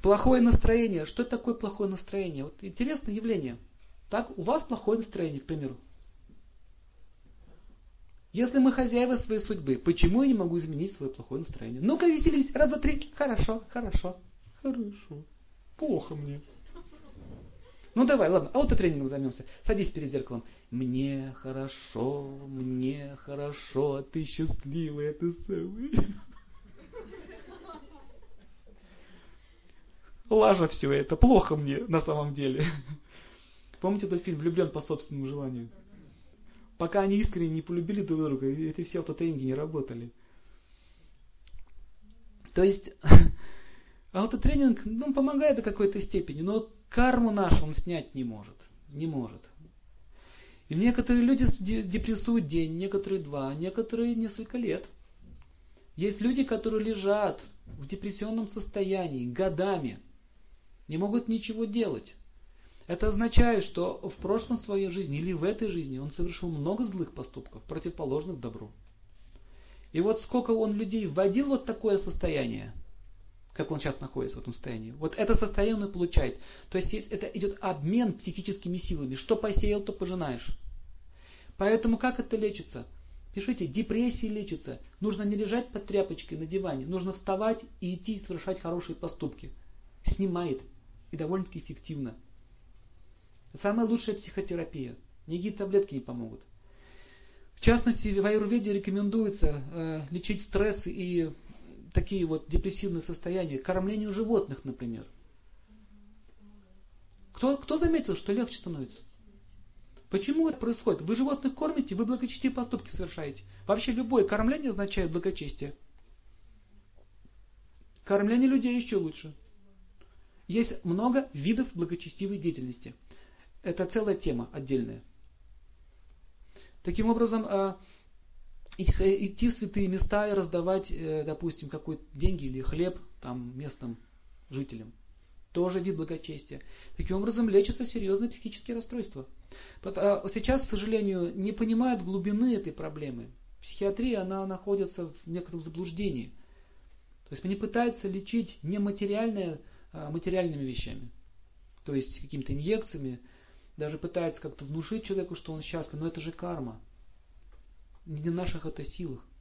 Плохое настроение. Что это такое плохое настроение? Вот интересное явление. Так, у вас плохое настроение, к примеру. Если мы хозяева своей судьбы, почему я не могу изменить свое плохое настроение? Ну-ка, веселись. Раз, два, три. Хорошо, хорошо. Хорошо. Плохо мне. Ну давай, ладно, аутотренингом займемся. Садись перед зеркалом. Мне хорошо, ты счастливая, ты самый. Лажа все это, плохо мне на самом деле. Помните этот фильм «Влюблен по собственному желанию»? Пока они искренне не полюбили друг друга, эти все аутотренинги не работали. То есть, аутотренинг помогает до какой-то степени, но карму нашу он снять не может. Не может. И некоторые люди депрессуют день, некоторые 2, некоторые несколько лет. Есть люди, которые лежат в депрессионном состоянии годами, не могут ничего делать. Это означает, что в прошлом своей жизни или в этой жизни он совершил много злых поступков, противоположных добру. И вот сколько он людей вводил в вот такое состояние, как он сейчас находится в этом состоянии, вот это состояние он и получает. То есть это идет обмен психическими силами. Что посеял, то пожинаешь. Поэтому как это лечится? Пишите, депрессия лечится. Нужно не лежать под тряпочкой на диване. Нужно вставать и идти совершать хорошие поступки. Снимает. И довольно-таки эффективно. Самая лучшая психотерапия. Никакие таблетки не помогут. В частности, в аюрведе рекомендуется лечить стресс и такие вот депрессивные состояния кормлению животных, например. Кто заметил, что легче становится? Почему это происходит? Вы животных кормите, вы благочестивые поступки совершаете. Вообще любое кормление означает благочестие. Кормление людей еще лучше. Есть много видов благочестивой деятельности. Это целая тема отдельная. Таким образом, идти в святые места и раздавать, допустим, какие-то деньги или хлеб там, местным жителям. Тоже вид благочестия. Таким образом, лечатся серьезные психические расстройства. Сейчас, к сожалению, не понимают глубины этой проблемы. Психиатрия, она находится в некотором заблуждении. То есть они пытаются лечить не материальное, а материальными вещами. То есть какими-то инъекциями. Даже пытаются как-то внушить человеку, что он счастлив. Но это же карма. Не в наших это силах.